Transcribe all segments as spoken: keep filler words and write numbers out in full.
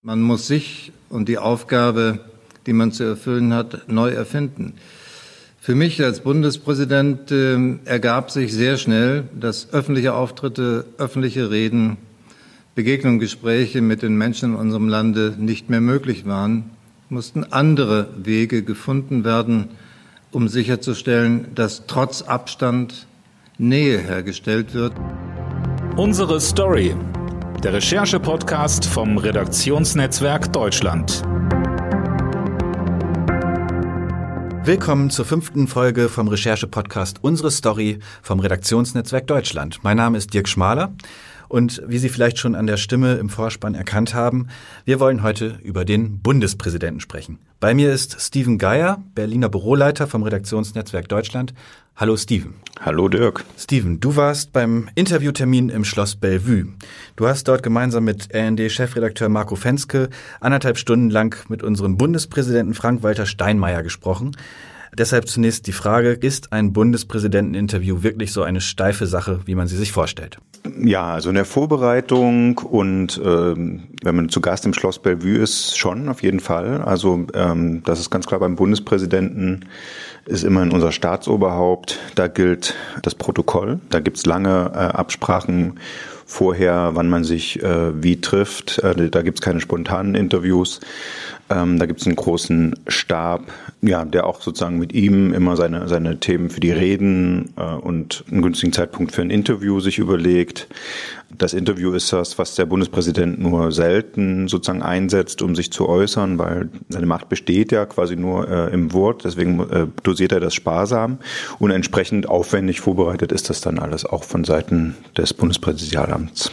Man muss sich und die Aufgabe, die man zu erfüllen hat, neu erfinden. Für mich als Bundespräsident äh, ergab sich sehr schnell, dass öffentliche Auftritte, öffentliche Reden, Begegnungen, Gespräche mit den Menschen in unserem Lande nicht mehr möglich waren, mussten andere Wege gefunden werden, um sicherzustellen, dass trotz Abstand Nähe hergestellt wird. Unsere Story. Der Recherche-Podcast vom Redaktionsnetzwerk Deutschland. Willkommen zur fünften Folge vom Recherche-Podcast Unsere Story vom Redaktionsnetzwerk Deutschland. Mein Name ist Dirk Schmaler und wie Sie vielleicht schon an der Stimme im Vorspann erkannt haben, wir wollen heute über den Bundespräsidenten sprechen. Bei mir ist Steven Geier, Berliner Büroleiter vom Redaktionsnetzwerk Deutschland. Hallo Steven. Hallo Dirk. Steven, du warst beim Interviewtermin im Schloss Bellevue. Du hast dort gemeinsam mit R N D-Chefredakteur Marco Fenske anderthalb Stunden lang mit unserem Bundespräsidenten Frank-Walter Steinmeier gesprochen. Deshalb zunächst die Frage, ist ein Bundespräsidenteninterview wirklich so eine steife Sache, wie man sie sich vorstellt? Ja, also in der Vorbereitung und ähm, wenn man zu Gast im Schloss Bellevue ist, schon auf jeden Fall. Also ähm, das ist ganz klar, beim Bundespräsidenten ist immerhin unser Staatsoberhaupt. Da gilt das Protokoll. Da gibt's lange äh, Absprachen vorher, wann man sich äh, wie trifft. Äh, da gibt's keine spontanen Interviews. Ähm, da gibt's einen großen Stab, ja, der auch sozusagen mit ihm immer seine seine Themen für die Reden äh, und einen günstigen Zeitpunkt für ein Interview sich überlegt. Das Interview ist das, was der Bundespräsident nur selten sozusagen einsetzt, um sich zu äußern, weil seine Macht besteht ja quasi nur äh, im Wort. Deswegen äh, dosiert er das sparsam und entsprechend aufwendig vorbereitet ist das dann alles auch von Seiten des Bundespräsidialamts.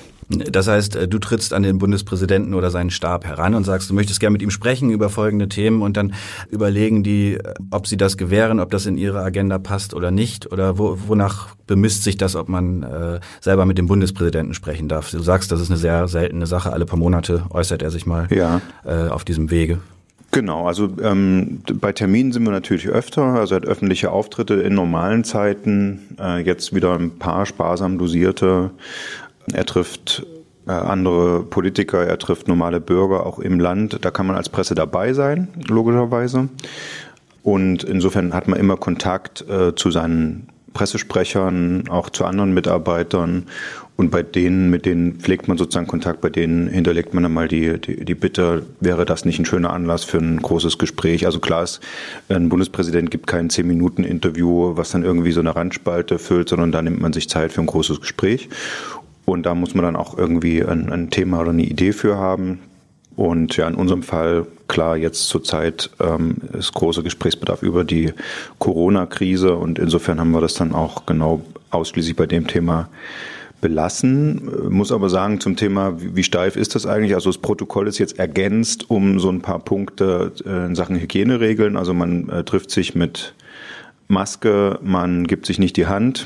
Das heißt, du trittst an den Bundespräsidenten oder seinen Stab heran und sagst, du möchtest gerne mit ihm sprechen über folgende Themen und dann überlegen die, ob sie das gewähren, ob das in ihre Agenda passt oder nicht oder wo, wonach bemisst sich das, ob man äh, selber mit dem Bundespräsidenten sprechen darf. Du sagst, das ist eine sehr seltene Sache, alle paar Monate äußert er sich mal ja. äh, auf diesem Wege. Genau, also ähm, bei Terminen sind wir natürlich öfter, also er hat öffentliche Auftritte in normalen Zeiten, äh, jetzt wieder ein paar sparsam dosierte. Er trifft äh, andere Politiker, er trifft normale Bürger auch im Land. Da kann man als Presse dabei sein, logischerweise. Und insofern hat man immer Kontakt äh, zu seinen Pressesprechern, auch zu anderen Mitarbeitern. Und bei denen, mit denen pflegt man sozusagen Kontakt, bei denen hinterlegt man dann mal die, die, die Bitte, wäre das nicht ein schöner Anlass für ein großes Gespräch? Also klar ist, ein Bundespräsident gibt kein zehn-Minuten-Interview, was dann irgendwie so eine Randspalte füllt, sondern da nimmt man sich Zeit für ein großes Gespräch. Und da muss man dann auch irgendwie ein, ein Thema oder eine Idee für haben. Und ja, in unserem Fall, klar, jetzt zurzeit ähm, ist großer Gesprächsbedarf über die Corona-Krise. Und insofern haben wir das dann auch genau ausschließlich bei dem Thema belassen. Muss aber sagen, zum Thema, wie steif ist das eigentlich? Also das Protokoll ist jetzt ergänzt um so ein paar Punkte äh, in Sachen Hygieneregeln. Also man äh, trifft sich mit Maske, man gibt sich nicht die Hand.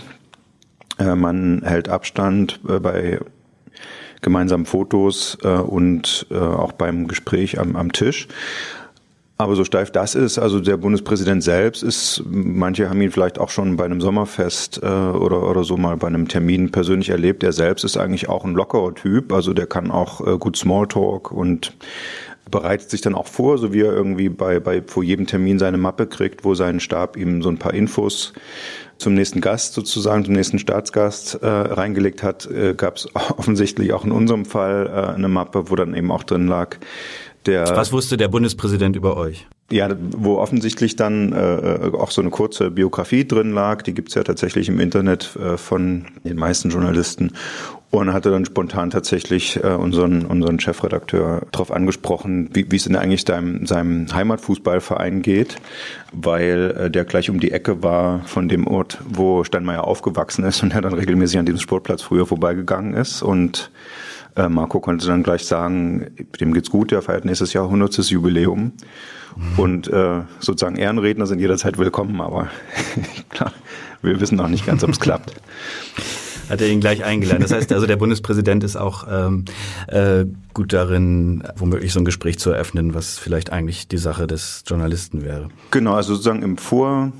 Man hält Abstand bei gemeinsamen Fotos und auch beim Gespräch am, am Tisch. Aber so steif das ist, also der Bundespräsident selbst ist, manche haben ihn vielleicht auch schon bei einem Sommerfest oder, oder so mal bei einem Termin persönlich erlebt. Er selbst ist eigentlich auch ein lockerer Typ, also der kann auch gut Smalltalk und bereitet sich dann auch vor, so wie er irgendwie bei, bei vor jedem Termin seine Mappe kriegt, wo sein Stab ihm so ein paar Infos zum nächsten Gast sozusagen, zum nächsten Staatsgast äh, reingelegt hat, äh, gab es offensichtlich auch in unserem Fall äh, eine Mappe, wo dann eben auch drin lag, der... Was wusste der Bundespräsident über euch? Ja, wo offensichtlich dann äh, auch so eine kurze Biografie drin lag, die gibt's ja tatsächlich im Internet äh, von den meisten Journalisten. Und hatte dann spontan tatsächlich äh, unseren unseren Chefredakteur darauf angesprochen, wie wie es denn eigentlich deinem, seinem Heimatfußballverein geht, weil äh, der gleich um die Ecke war von dem Ort, wo Steinmeier aufgewachsen ist und er dann regelmäßig an diesem Sportplatz früher vorbeigegangen ist. Und äh, Marco konnte dann gleich sagen, dem geht's gut, der feiert nächstes Jahr hundertstes Jubiläum. Mhm. Und äh, sozusagen Ehrenredner sind jederzeit willkommen, aber klar, wir wissen noch nicht ganz, ob es klappt. Hat er ihn gleich eingeladen. Das heißt also, der Bundespräsident ist auch ähm, äh, gut darin, womöglich so ein Gespräch zu eröffnen, was vielleicht eigentlich die Sache des Journalisten wäre. Genau, also sozusagen im Vor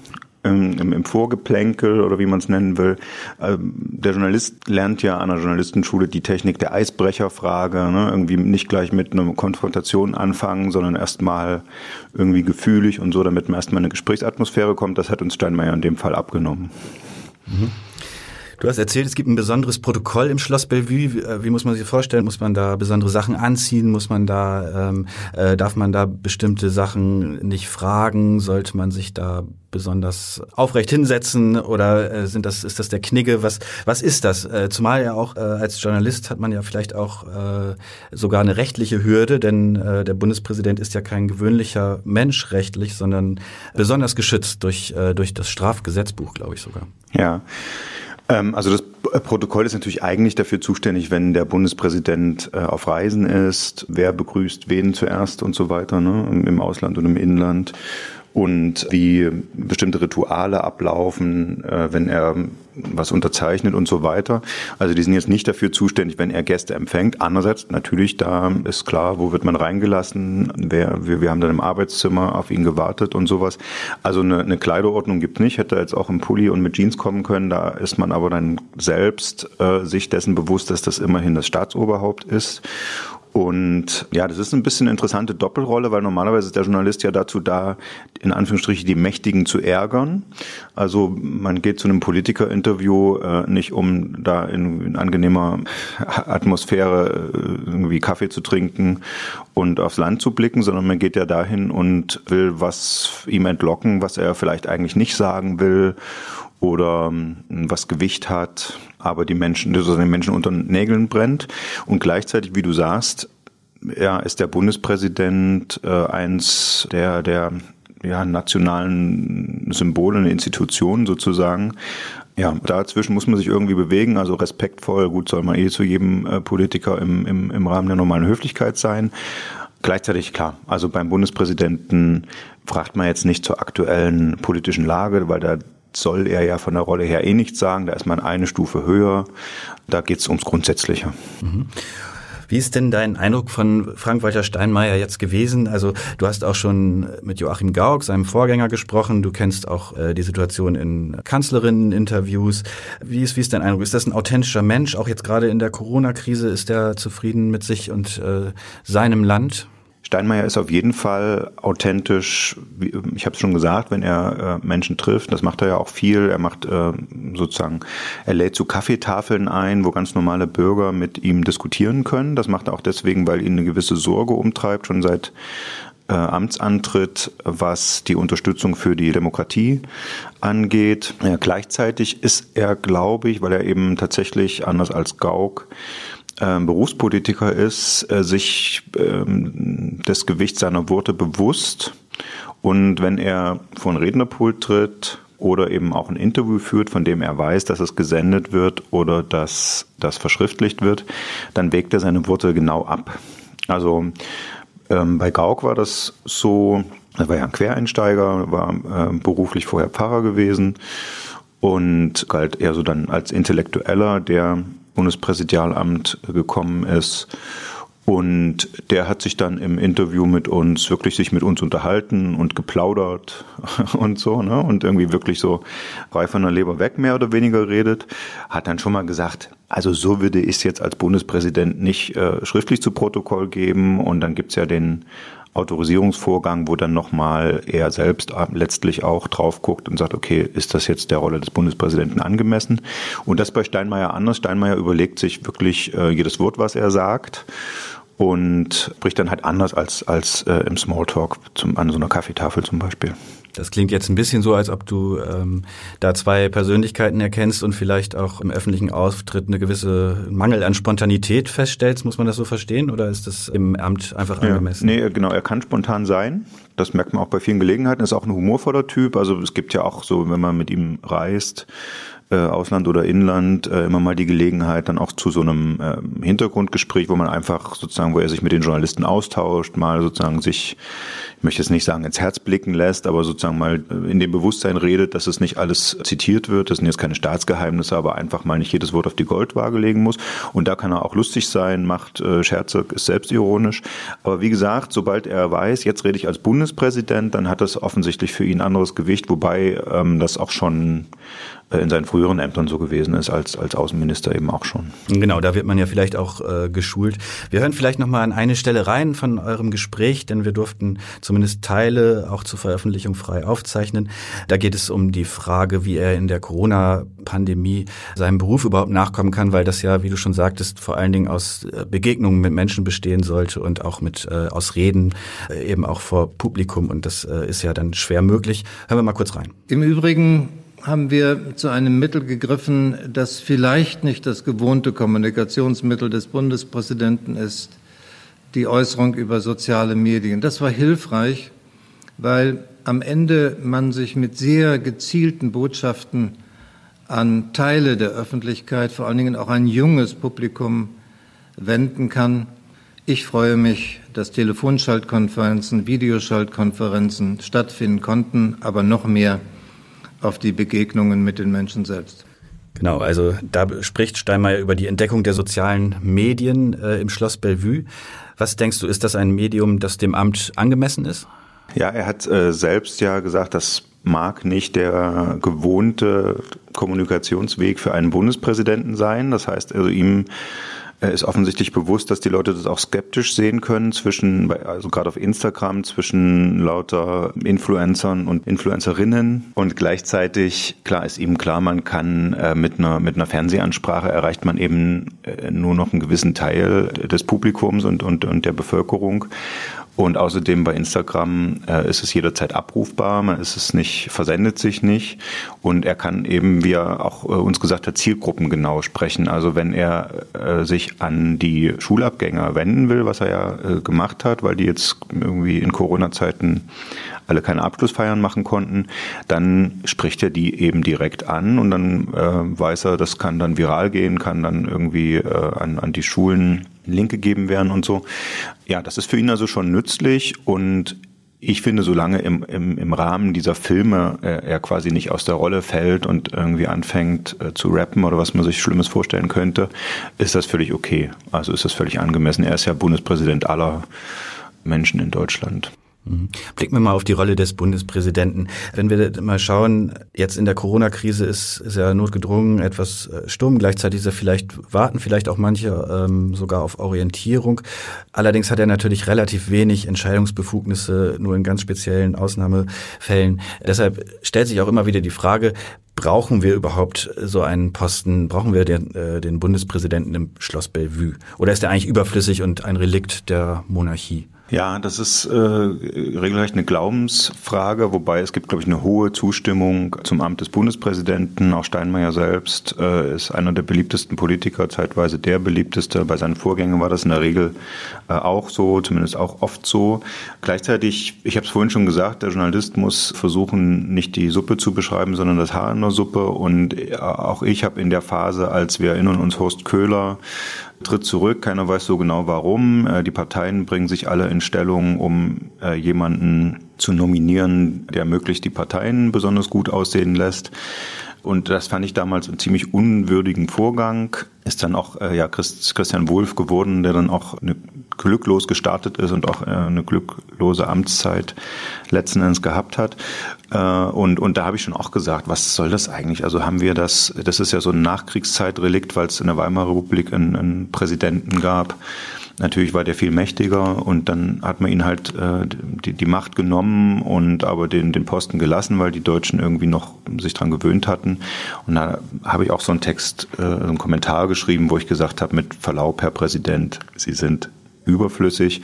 im, im Vorgeplänkel oder wie man es nennen will. Der Journalist lernt ja an der Journalistenschule die Technik der Eisbrecherfrage, ne? Irgendwie nicht gleich mit einer Konfrontation anfangen, sondern erstmal irgendwie gefühlig und so, damit man erstmal in eine Gesprächsatmosphäre kommt. Das hat uns Steinmeier in dem Fall abgenommen. Mhm. Du hast erzählt, es gibt ein besonderes Protokoll im Schloss Bellevue. Wie, wie muss man sich vorstellen? Muss man da besondere Sachen anziehen? Muss man da, ähm, äh, darf man da bestimmte Sachen nicht fragen? Sollte man sich da besonders aufrecht hinsetzen? Oder äh, sind das, ist das der Knigge? Was, was ist das? Äh, zumal ja auch äh, als Journalist hat man ja vielleicht auch äh, sogar eine rechtliche Hürde, denn äh, der Bundespräsident ist ja kein gewöhnlicher Mensch rechtlich, sondern besonders geschützt durch, äh, durch das Strafgesetzbuch, glaube ich sogar. Ja. Also das Protokoll ist natürlich eigentlich dafür zuständig, wenn der Bundespräsident äh, auf Reisen ist, wer begrüßt wen zuerst und so weiter, ne, im Ausland und im Inland. Und wie bestimmte Rituale ablaufen, äh, wenn er was unterzeichnet und so weiter. Also die sind jetzt nicht dafür zuständig, wenn er Gäste empfängt. Andererseits natürlich, da ist klar, wo wird man reingelassen, wer, wir, wir haben dann im Arbeitszimmer auf ihn gewartet und sowas. Also eine, eine Kleiderordnung gibt nicht, hätte er jetzt auch im Pulli und mit Jeans kommen können. Da ist man aber dann selbst äh, sich dessen bewusst, dass das immerhin das Staatsoberhaupt ist. Und ja, das ist ein bisschen eine interessante Doppelrolle, weil normalerweise ist der Journalist ja dazu da, in Anführungsstrichen die Mächtigen zu ärgern. Also man geht zu einem Politikerinterview äh, nicht, um da in, in angenehmer Atmosphäre äh, irgendwie Kaffee zu trinken und aufs Land zu blicken, sondern man geht ja dahin und will was ihm entlocken, was er vielleicht eigentlich nicht sagen will oder was Gewicht hat, aber die Menschen, also den Menschen unter den Nägeln brennt. Und gleichzeitig, wie du sagst, ja, ist der Bundespräsident äh, eins der, der ja, nationalen Symbole, eine Institution sozusagen. Ja, dazwischen muss man sich irgendwie bewegen, also respektvoll, gut soll man eh zu jedem äh, Politiker im, im, im Rahmen der normalen Höflichkeit sein. Gleichzeitig, klar, also beim Bundespräsidenten fragt man jetzt nicht zur aktuellen politischen Lage, weil da soll er ja von der Rolle her eh nichts sagen, da ist man eine Stufe höher, da geht es ums Grundsätzliche. Mhm. Wie ist denn dein Eindruck von Frank-Walter Steinmeier jetzt gewesen? Also du hast auch schon mit Joachim Gauck, seinem Vorgänger, gesprochen. Du kennst auch äh, die Situation in Kanzlerinnen-Interviews. Wie ist, wie ist dein Eindruck? Ist das ein authentischer Mensch? Auch jetzt gerade in der Corona-Krise, ist er zufrieden mit sich und äh, seinem Land? Steinmeier ist auf jeden Fall authentisch, ich habe es schon gesagt, wenn er äh, Menschen trifft, das macht er ja auch viel, er macht äh, sozusagen, er lädt zu Kaffeetafeln ein, wo ganz normale Bürger mit ihm diskutieren können. Das macht er auch deswegen, weil ihn eine gewisse Sorge umtreibt, schon seit äh, Amtsantritt, was die Unterstützung für die Demokratie angeht. Ja, gleichzeitig ist er, glaube ich, weil er eben tatsächlich, anders als Gauck, Ähm, Berufspolitiker ist, äh, sich ähm, des Gewichts seiner Worte bewusst. Und wenn er vor ein Rednerpult tritt oder eben auch ein Interview führt, von dem er weiß, dass es gesendet wird oder dass das verschriftlicht wird, dann wägt er seine Worte genau ab. Also ähm, bei Gauck war das so, er war ja ein Quereinsteiger, war äh, beruflich vorher Pfarrer gewesen und galt eher so dann als Intellektueller, der Bundespräsidialamt gekommen ist. Und der hat sich dann im Interview mit uns wirklich sich mit uns unterhalten und geplaudert und so, ne? Und irgendwie wirklich so frei von der Leber weg mehr oder weniger redet. Hat dann schon mal gesagt, also so würde ich es jetzt als Bundespräsident nicht äh, schriftlich zu Protokoll geben. Und dann gibt's ja den Autorisierungsvorgang, wo dann nochmal er selbst letztlich auch drauf guckt und sagt, okay, ist das jetzt der Rolle des Bundespräsidenten angemessen? Und das bei Steinmeier anders. Steinmeier überlegt sich wirklich äh, jedes Wort, was er sagt und spricht dann halt anders als, als äh, im Smalltalk zum, an so einer Kaffeetafel zum Beispiel. Das klingt jetzt ein bisschen so, als ob du ähm, da zwei Persönlichkeiten erkennst und vielleicht auch im öffentlichen Auftritt eine gewisse Mangel an Spontanität feststellst. Muss man das so verstehen oder ist das im Amt einfach angemessen? Ja, nee, genau, er kann spontan sein. Das merkt man auch bei vielen Gelegenheiten. Er ist auch ein humorvoller Typ. Also es gibt ja auch so, wenn man mit ihm reist, äh, Ausland oder Inland, äh, immer mal die Gelegenheit dann auch zu so einem äh, Hintergrundgespräch, wo man einfach sozusagen, wo er sich mit den Journalisten austauscht, mal sozusagen sich, ich möchte jetzt nicht sagen ins Herz blicken lässt, aber sozusagen mal in dem Bewusstsein redet, dass es nicht alles zitiert wird, das sind jetzt keine Staatsgeheimnisse, aber einfach mal nicht jedes Wort auf die Goldwaage legen muss. Und da kann er auch lustig sein, macht äh, Scherze, ist selbstironisch. Aber wie gesagt, sobald er weiß, jetzt rede ich als Bundespräsident, dann hat das offensichtlich für ihn anderes Gewicht, wobei ähm, das auch schon äh, in seinen früheren Ämtern so gewesen ist, als als Außenminister eben auch schon. Genau, da wird man ja vielleicht auch äh, geschult. Wir hören vielleicht noch mal an eine Stelle rein von eurem Gespräch, denn wir durften zumindest Teile auch zur Veröffentlichung frei aufzeichnen. Da geht es um die Frage, wie er in der Corona-Pandemie seinem Beruf überhaupt nachkommen kann, weil das ja, wie du schon sagtest, vor allen Dingen aus Begegnungen mit Menschen bestehen sollte und auch mit äh, aus Reden, äh, eben auch vor Publikum. Und das äh, ist ja dann schwer möglich. Hören wir mal kurz rein. Im Übrigen haben wir zu einem Mittel gegriffen, das vielleicht nicht das gewohnte Kommunikationsmittel des Bundespräsidenten ist, die Äußerung über soziale Medien. Das war hilfreich, weil am Ende man sich mit sehr gezielten Botschaften an Teile der Öffentlichkeit, vor allen Dingen auch ein junges Publikum, wenden kann. Ich freue mich, dass Telefonschaltkonferenzen, Videoschaltkonferenzen stattfinden konnten, aber noch mehr auf die Begegnungen mit den Menschen selbst. Genau, also da spricht Steinmeier über die Entdeckung der sozialen Medien äh, im Schloss Bellevue. Was denkst du, ist das ein Medium, das dem Amt angemessen ist? Ja, er hat äh, selbst ja gesagt, das mag nicht der gewohnte Kommunikationsweg für einen Bundespräsidenten sein. Das heißt also, ihm ist offensichtlich bewusst, dass die Leute das auch skeptisch sehen können zwischen, also gerade auf Instagram, zwischen lauter Influencern und Influencerinnen. Und gleichzeitig, klar, ist ihm klar, man kann äh, mit einer, mit einer Fernsehansprache erreicht man eben äh, nur noch einen gewissen Teil des Publikums und, und, und der Bevölkerung. Und außerdem bei Instagram äh, ist es jederzeit abrufbar, man ist es nicht, versendet sich nicht und er kann eben, wie er auch äh, uns gesagt hat, zielgruppengenau sprechen. Also wenn er äh, sich an die Schulabgänger wenden will, was er ja äh, gemacht hat, weil die jetzt irgendwie in Corona-Zeiten alle keine Abschlussfeiern machen konnten, dann spricht er die eben direkt an und dann äh, weiß er, das kann dann viral gehen, kann dann irgendwie äh, an, an die Schulen Link gegeben werden und so. Ja, das ist für ihn also schon nützlich und ich finde, solange im, im, im Rahmen dieser Filme äh, er quasi nicht aus der Rolle fällt und irgendwie anfängt äh, zu rappen oder was man sich Schlimmes vorstellen könnte, ist das völlig okay. Also ist das völlig angemessen. Er ist ja Bundespräsident aller Menschen in Deutschland. Blicken wir mal auf die Rolle des Bundespräsidenten. Wenn wir mal schauen, jetzt in der Corona-Krise ist, ist er notgedrungen etwas stumm. Gleichzeitig ist er vielleicht, warten vielleicht auch manche ähm, sogar auf Orientierung. Allerdings hat er natürlich relativ wenig Entscheidungsbefugnisse, nur in ganz speziellen Ausnahmefällen. Deshalb stellt sich auch immer wieder die Frage, brauchen wir überhaupt so einen Posten? Brauchen wir den, äh, den Bundespräsidenten im Schloss Bellevue? Oder ist er eigentlich überflüssig und ein Relikt der Monarchie? Ja, das ist äh, regelrecht eine Glaubensfrage, wobei es gibt, glaube ich, eine hohe Zustimmung zum Amt des Bundespräsidenten. Auch Steinmeier selbst äh, ist einer der beliebtesten Politiker, zeitweise der beliebteste. Bei seinen Vorgängern war das in der Regel äh, auch so, zumindest auch oft so. Gleichzeitig, ich habe es vorhin schon gesagt, der Journalist muss versuchen, nicht die Suppe zu beschreiben, sondern das Haar in der Suppe. Und äh, auch ich habe in der Phase, als wir erinnern uns, Horst Köhler tritt zurück, keiner weiß so genau warum. Die Parteien bringen sich alle in Stellung, um jemanden zu nominieren, der möglichst die Parteien besonders gut aussehen lässt. Und das fand ich damals einen ziemlich unwürdigen Vorgang. Ist dann auch äh, ja Christian Wulff geworden, der dann auch eine, glücklos gestartet ist und auch äh, eine glücklose Amtszeit letzten Endes gehabt hat. Äh, und und da habe ich schon auch gesagt, was soll das eigentlich? Also haben wir das, das ist ja so ein Nachkriegszeitrelikt, weil es in der Weimarer Republik einen, einen Präsidenten gab. Natürlich war der viel mächtiger und dann hat man ihn halt äh, die, die Macht genommen und aber den, den Posten gelassen, weil die Deutschen irgendwie noch sich dran gewöhnt hatten. Und da habe ich auch so einen Text, äh, so einen Kommentar geschrieben, wo ich gesagt habe, mit Verlaub, Herr Präsident, Sie sind überflüssig.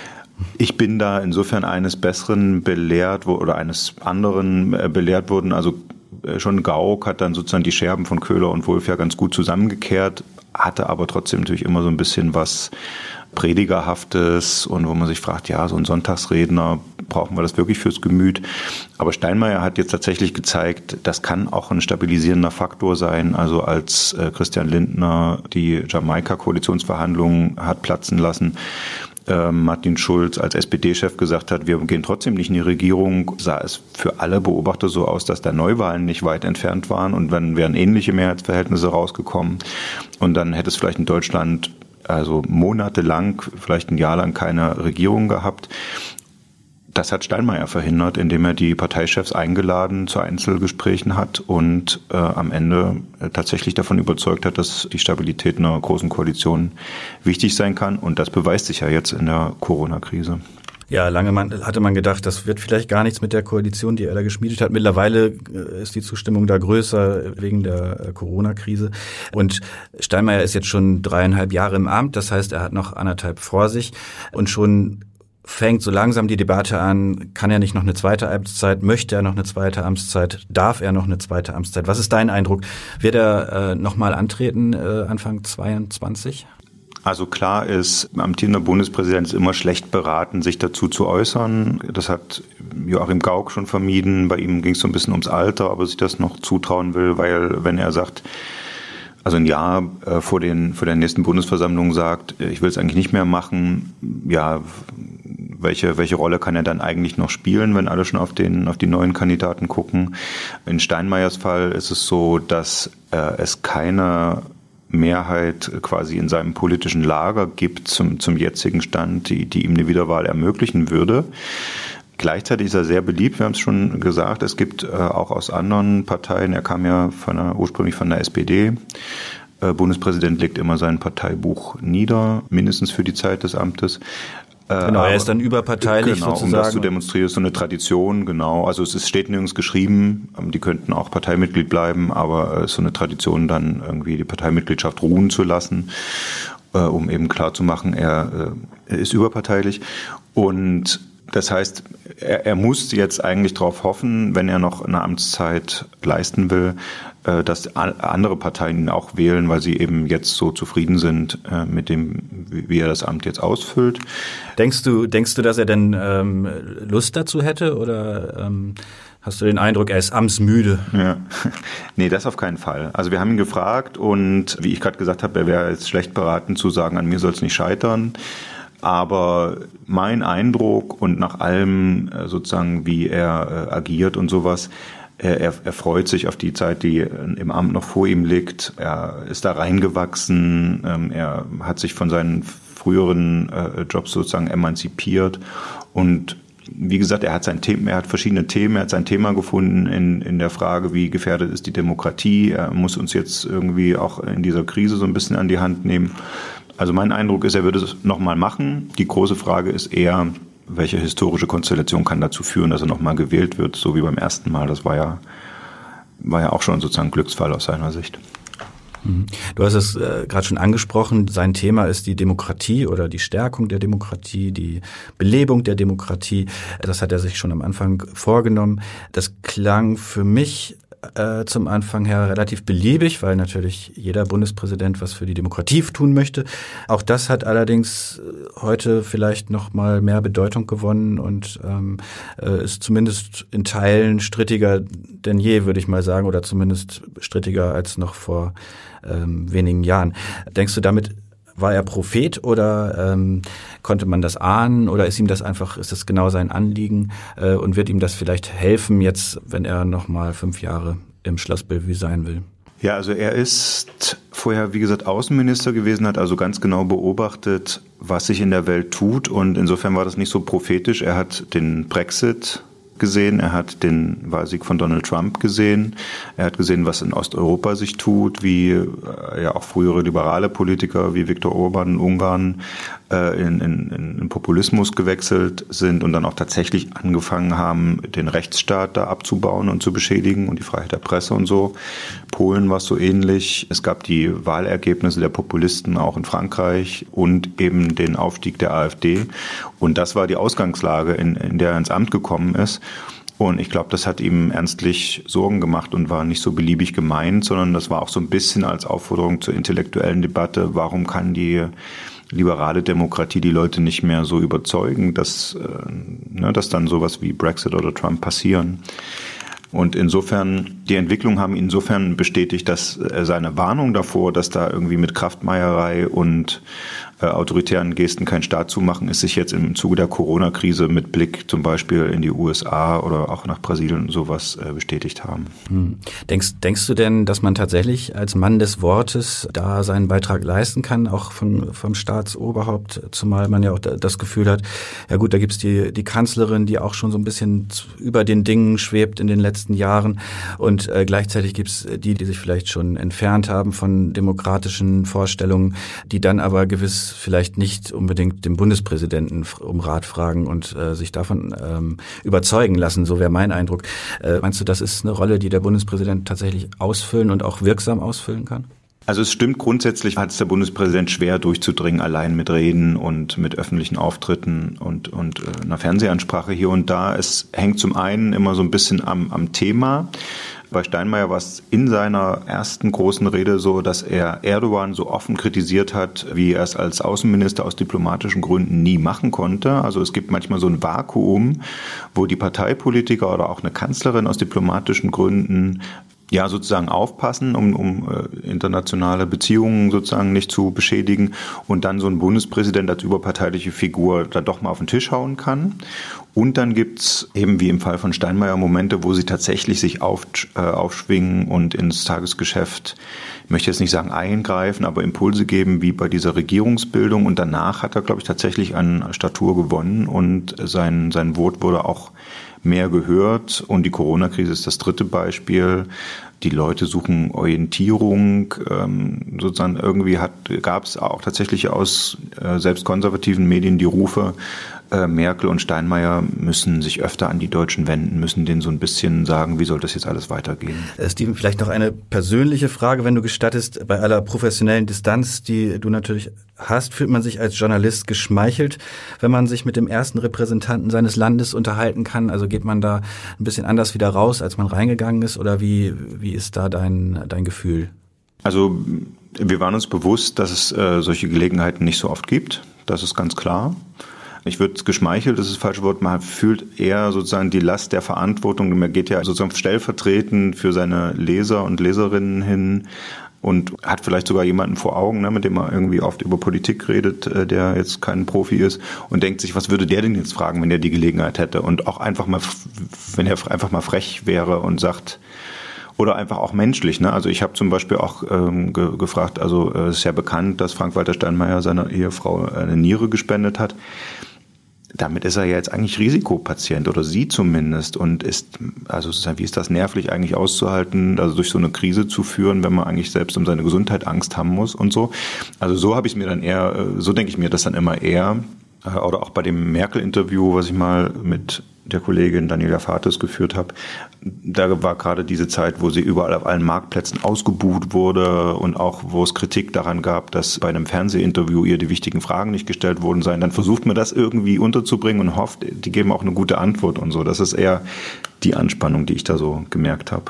Ich bin da insofern eines Besseren belehrt wo, oder eines anderen äh, belehrt worden. Also schon Gauck hat dann sozusagen die Scherben von Köhler und Wulff ja ganz gut zusammengekehrt, hatte aber trotzdem natürlich immer so ein bisschen was Predigerhaftes und wo man sich fragt, ja, so ein Sonntagsredner, brauchen wir das wirklich fürs Gemüt? Aber Steinmeier hat jetzt tatsächlich gezeigt, das kann auch ein stabilisierender Faktor sein. Also als äh, Christian Lindner die Jamaika-Koalitionsverhandlungen hat platzen lassen, äh, Martin Schulz als S P D-Chef gesagt hat, wir gehen trotzdem nicht in die Regierung, sah es für alle Beobachter so aus, dass da Neuwahlen nicht weit entfernt waren und dann wären ähnliche Mehrheitsverhältnisse rausgekommen. Und dann hätte es vielleicht in Deutschland also monatelang, vielleicht ein Jahr lang keine Regierung gehabt. Das hat Steinmeier verhindert, indem er die Parteichefs eingeladen zu Einzelgesprächen hat und äh, am Ende äh, tatsächlich davon überzeugt hat, dass die Stabilität einer großen Koalition wichtig sein kann. Und das beweist sich ja jetzt in der Corona-Krise. Ja, lange man, hatte man gedacht, das wird vielleicht gar nichts mit der Koalition, die er da geschmiedet hat. Mittlerweile ist die Zustimmung da größer wegen der Corona-Krise. Und Steinmeier ist jetzt schon dreieinhalb Jahre im Amt. Das heißt, er hat noch anderthalb vor sich. Und schon fängt so langsam die Debatte an, kann er nicht noch eine zweite Amtszeit, möchte er noch eine zweite Amtszeit, darf er noch eine zweite Amtszeit? Was ist dein Eindruck? Wird er äh, nochmal antreten äh, Anfang zweiundzwanzig? Also klar ist, amtierender Bundespräsident ist immer schlecht beraten, sich dazu zu äußern. Das hat Joachim Gauck schon vermieden. Bei ihm ging es so ein bisschen ums Alter, ob er sich das noch zutrauen will, weil wenn er sagt, also ein Jahr äh, vor den vor der nächsten Bundesversammlung sagt, ich will es eigentlich nicht mehr machen, ja, welche welche Rolle kann er dann eigentlich noch spielen, wenn alle schon auf den auf die neuen Kandidaten gucken? In Steinmeiers Fall ist es so, dass äh, es keine Mehrheit quasi in seinem politischen Lager gibt zum, zum jetzigen Stand, die, die ihm eine Wiederwahl ermöglichen würde. Gleichzeitig ist er sehr beliebt, wir haben es schon gesagt, es gibt äh, auch aus anderen Parteien, er kam ja von der, ursprünglich von der S P D, äh, Bundespräsident legt immer sein Parteibuch nieder, mindestens für die Zeit des Amtes. Genau, er ist dann überparteilich genau, sozusagen. Um das zu demonstrieren, ist so eine Tradition, genau. Also es ist, steht nirgends geschrieben, die könnten auch Parteimitglied bleiben, aber es ist so eine Tradition, dann irgendwie die Parteimitgliedschaft ruhen zu lassen, äh, um eben klarzumachen, er, äh, er ist überparteilich. Und das heißt, er, er muss jetzt eigentlich darauf hoffen, wenn er noch eine Amtszeit leisten will, äh, dass andere Parteien ihn auch wählen, weil sie eben jetzt so zufrieden sind äh, mit dem, wie er das Amt jetzt ausfüllt. Denkst du, denkst du, dass er denn ähm, Lust dazu hätte oder ähm, hast du den Eindruck, er ist amtsmüde? Ja, nee, das auf keinen Fall. Also wir haben ihn gefragt und wie ich gerade gesagt habe, er wäre jetzt schlecht beraten zu sagen, an mir soll es nicht scheitern. Aber mein Eindruck und nach allem sozusagen, wie er äh, agiert und sowas, er, er freut sich auf die Zeit, die im Amt noch vor ihm liegt. Er ist da reingewachsen. Ähm, er hat sich von seinen früheren äh, Jobs sozusagen emanzipiert. Und wie gesagt, er hat sein Thema, er hat verschiedene Themen, er hat sein Thema gefunden in, in der Frage, wie gefährdet ist die Demokratie. Er muss uns jetzt irgendwie auch in dieser Krise so ein bisschen an die Hand nehmen. Also mein Eindruck ist, er würde es nochmal machen. Die große Frage ist eher, welche historische Konstellation kann dazu führen, dass er nochmal gewählt wird, so wie beim ersten Mal. Das war ja, war ja auch schon sozusagen ein Glücksfall aus seiner Sicht. Du hast es äh, gerade schon angesprochen, sein Thema ist die Demokratie oder die Stärkung der Demokratie, die Belebung der Demokratie. Das hat er sich schon am Anfang vorgenommen. Das klang für mich äh, zum Anfang her relativ beliebig, weil natürlich jeder Bundespräsident was für die Demokratie tun möchte. Auch das hat allerdings heute vielleicht noch mal mehr Bedeutung gewonnen und ähm, äh, ist zumindest in Teilen strittiger denn je, würde ich mal sagen, oder zumindest strittiger als noch vor ähm, wenigen Jahren. Denkst du, damit war er Prophet oder ähm, konnte man das ahnen oder ist ihm das einfach, ist das genau sein Anliegen äh, und wird ihm das vielleicht helfen jetzt, wenn er noch mal fünf Jahre im Schloss Bellevue sein will? Ja, also er ist vorher, wie gesagt, Außenminister gewesen, hat also ganz genau beobachtet, was sich in der Welt tut und insofern war das nicht so prophetisch. Er hat den Brexit gesehen, er hat den Wahlsieg von Donald Trump gesehen, er hat gesehen, was in Osteuropa sich tut, wie äh, ja auch frühere liberale Politiker wie Viktor Orban in Ungarn äh, in, in, in Populismus gewechselt sind und dann auch tatsächlich angefangen haben, den Rechtsstaat da abzubauen und zu beschädigen und die Freiheit der Presse und so. Polen war es so ähnlich. Es gab die Wahlergebnisse der Populisten auch in Frankreich und eben den Aufstieg der AfD. Und das war die Ausgangslage, in, in der er ins Amt gekommen ist. Und ich glaube, das hat ihm ernstlich Sorgen gemacht und war nicht so beliebig gemeint, sondern das war auch so ein bisschen als Aufforderung zur intellektuellen Debatte. Warum kann die liberale Demokratie die Leute nicht mehr so überzeugen, dass, äh, ne, dass dann sowas wie Brexit oder Trump passieren? Und insofern, die Entwicklungen haben ihn insofern bestätigt, dass äh, seine Warnung davor, dass da irgendwie mit Kraftmeierei und äh, autoritären Gesten kein Staat zu machen, ist sich jetzt im Zuge der Corona-Krise mit Blick zum Beispiel in die U S A oder auch nach Brasilien und sowas äh, bestätigt haben. Hm. Denkst, denkst du denn, dass man tatsächlich als Mann des Wortes da seinen Beitrag leisten kann, auch vom, vom Staatsoberhaupt, zumal man ja auch das Gefühl hat, ja gut, da gibt's die, die Kanzlerin, die auch schon so ein bisschen über den Dingen schwebt in den letzten Jahren und äh, gleichzeitig gibt's die, die sich vielleicht schon entfernt haben von demokratischen Vorstellungen, die dann aber gewiss vielleicht nicht unbedingt den Bundespräsidenten um Rat fragen und äh, sich davon ähm, überzeugen lassen, so wäre mein Eindruck. Äh, meinst du, das ist eine Rolle, die der Bundespräsident tatsächlich ausfüllen und auch wirksam ausfüllen kann? Also es stimmt, grundsätzlich hat es der Bundespräsident schwer durchzudringen, allein mit Reden und mit öffentlichen Auftritten und, und äh, einer Fernsehansprache hier und da. Es hängt zum einen immer so ein bisschen am, am Thema. Bei Steinmeier war es in seiner ersten großen Rede so, dass er Erdogan so offen kritisiert hat, wie er es als Außenminister aus diplomatischen Gründen nie machen konnte. Also es gibt manchmal so ein Vakuum, wo die Parteipolitiker oder auch eine Kanzlerin aus diplomatischen Gründen ja sozusagen aufpassen, um, um äh, internationale Beziehungen sozusagen nicht zu beschädigen und dann so ein Bundespräsident als überparteiliche Figur dann doch mal auf den Tisch hauen kann. Und dann gibt's eben wie im Fall von Steinmeier Momente, wo sie tatsächlich sich auf, äh, aufschwingen und ins Tagesgeschäft, ich möchte jetzt nicht sagen eingreifen, aber Impulse geben, wie bei dieser Regierungsbildung. Und danach hat er, glaube ich, tatsächlich an Statur gewonnen und sein, sein Wort wurde auch mehr gehört. Und die Corona-Krise ist das dritte Beispiel. Die Leute suchen Orientierung. Ähm, sozusagen irgendwie hat, gab es auch tatsächlich aus äh, selbst konservativen Medien die Rufe, äh, Merkel und Steinmeier müssen sich öfter an die Deutschen wenden, müssen denen so ein bisschen sagen, wie soll das jetzt alles weitergehen. Äh, Steven, vielleicht noch eine persönliche Frage, wenn du gestattest. Bei aller professionellen Distanz, die du natürlich hast, fühlt man sich als Journalist geschmeichelt, wenn man sich mit dem ersten Repräsentanten seines Landes unterhalten kann? Also geht man da ein bisschen anders wieder raus, als man reingegangen ist? Oder wie, wie ist da dein, dein Gefühl? Also wir waren uns bewusst, dass es äh, solche Gelegenheiten nicht so oft gibt. Das ist ganz klar. Ich würde geschmeichelt, das ist das falsche Wort, man fühlt eher sozusagen die Last der Verantwortung. Man geht ja sozusagen stellvertretend für seine Leser und Leserinnen hin und hat vielleicht sogar jemanden vor Augen, ne, mit dem man irgendwie oft über Politik redet, äh, der jetzt kein Profi ist und denkt sich, was würde der denn jetzt fragen, wenn er die Gelegenheit hätte? Und auch einfach mal, wenn er einfach mal frech wäre und sagt, oder einfach auch menschlich, ne? Also ich habe zum Beispiel auch ähm, ge- gefragt, also es äh, ist ja bekannt, dass Frank-Walter Steinmeier seiner Ehefrau eine Niere gespendet hat. Damit ist er ja jetzt eigentlich Risikopatient oder sie zumindest und ist, also wie ist das nervlich eigentlich auszuhalten, also durch so eine Krise zu führen, wenn man eigentlich selbst um seine Gesundheit Angst haben muss und so. Also so habe ich es mir dann eher, so denke ich mir das dann immer eher. Oder auch bei dem Merkel-Interview, was ich mal mit der Kollegin Daniela Fates geführt habe, da war gerade diese Zeit, wo sie überall auf allen Marktplätzen ausgebuht wurde und auch wo es Kritik daran gab, dass bei einem Fernsehinterview ihr die wichtigen Fragen nicht gestellt worden seien. Dann versucht man das irgendwie unterzubringen und hofft, die geben auch eine gute Antwort und so. Das ist eher die Anspannung, die ich da so gemerkt habe.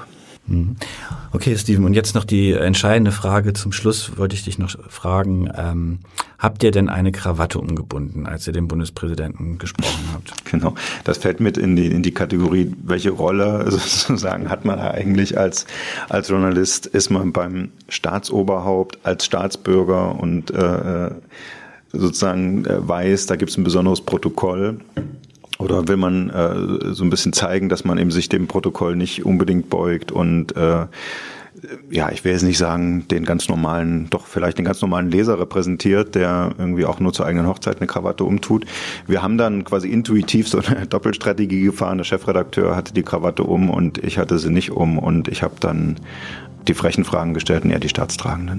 Okay, Steven, und jetzt noch die entscheidende Frage zum Schluss, wollte ich dich noch fragen, ähm, habt ihr denn eine Krawatte umgebunden, als ihr den Bundespräsidenten gesprochen habt? Genau, das fällt mit in die, in die Kategorie, welche Rolle sozusagen hat man eigentlich als, als Journalist, ist man beim Staatsoberhaupt, als Staatsbürger und äh, sozusagen äh, weiß, da gibt es ein besonderes Protokoll. Oder will man äh, so ein bisschen zeigen, dass man eben sich dem Protokoll nicht unbedingt beugt und äh, ja, ich will jetzt nicht sagen, den ganz normalen, doch vielleicht den ganz normalen Leser repräsentiert, der irgendwie auch nur zur eigenen Hochzeit eine Krawatte umtut. Wir haben dann quasi intuitiv so eine Doppelstrategie gefahren. Der Chefredakteur hatte die Krawatte um und ich hatte sie nicht um und ich habe dann die frechen Fragen gestellt und er die Staatstragenden.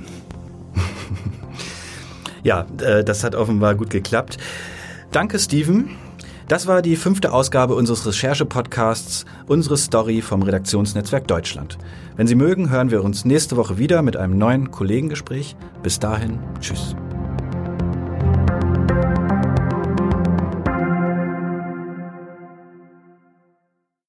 Ja, äh, das hat offenbar gut geklappt. Danke, Steven. Das war die fünfte Ausgabe unseres Recherche-Podcasts Unsere Story vom Redaktionsnetzwerk Deutschland. Wenn Sie mögen, hören wir uns nächste Woche wieder mit einem neuen Kollegengespräch. Bis dahin, tschüss.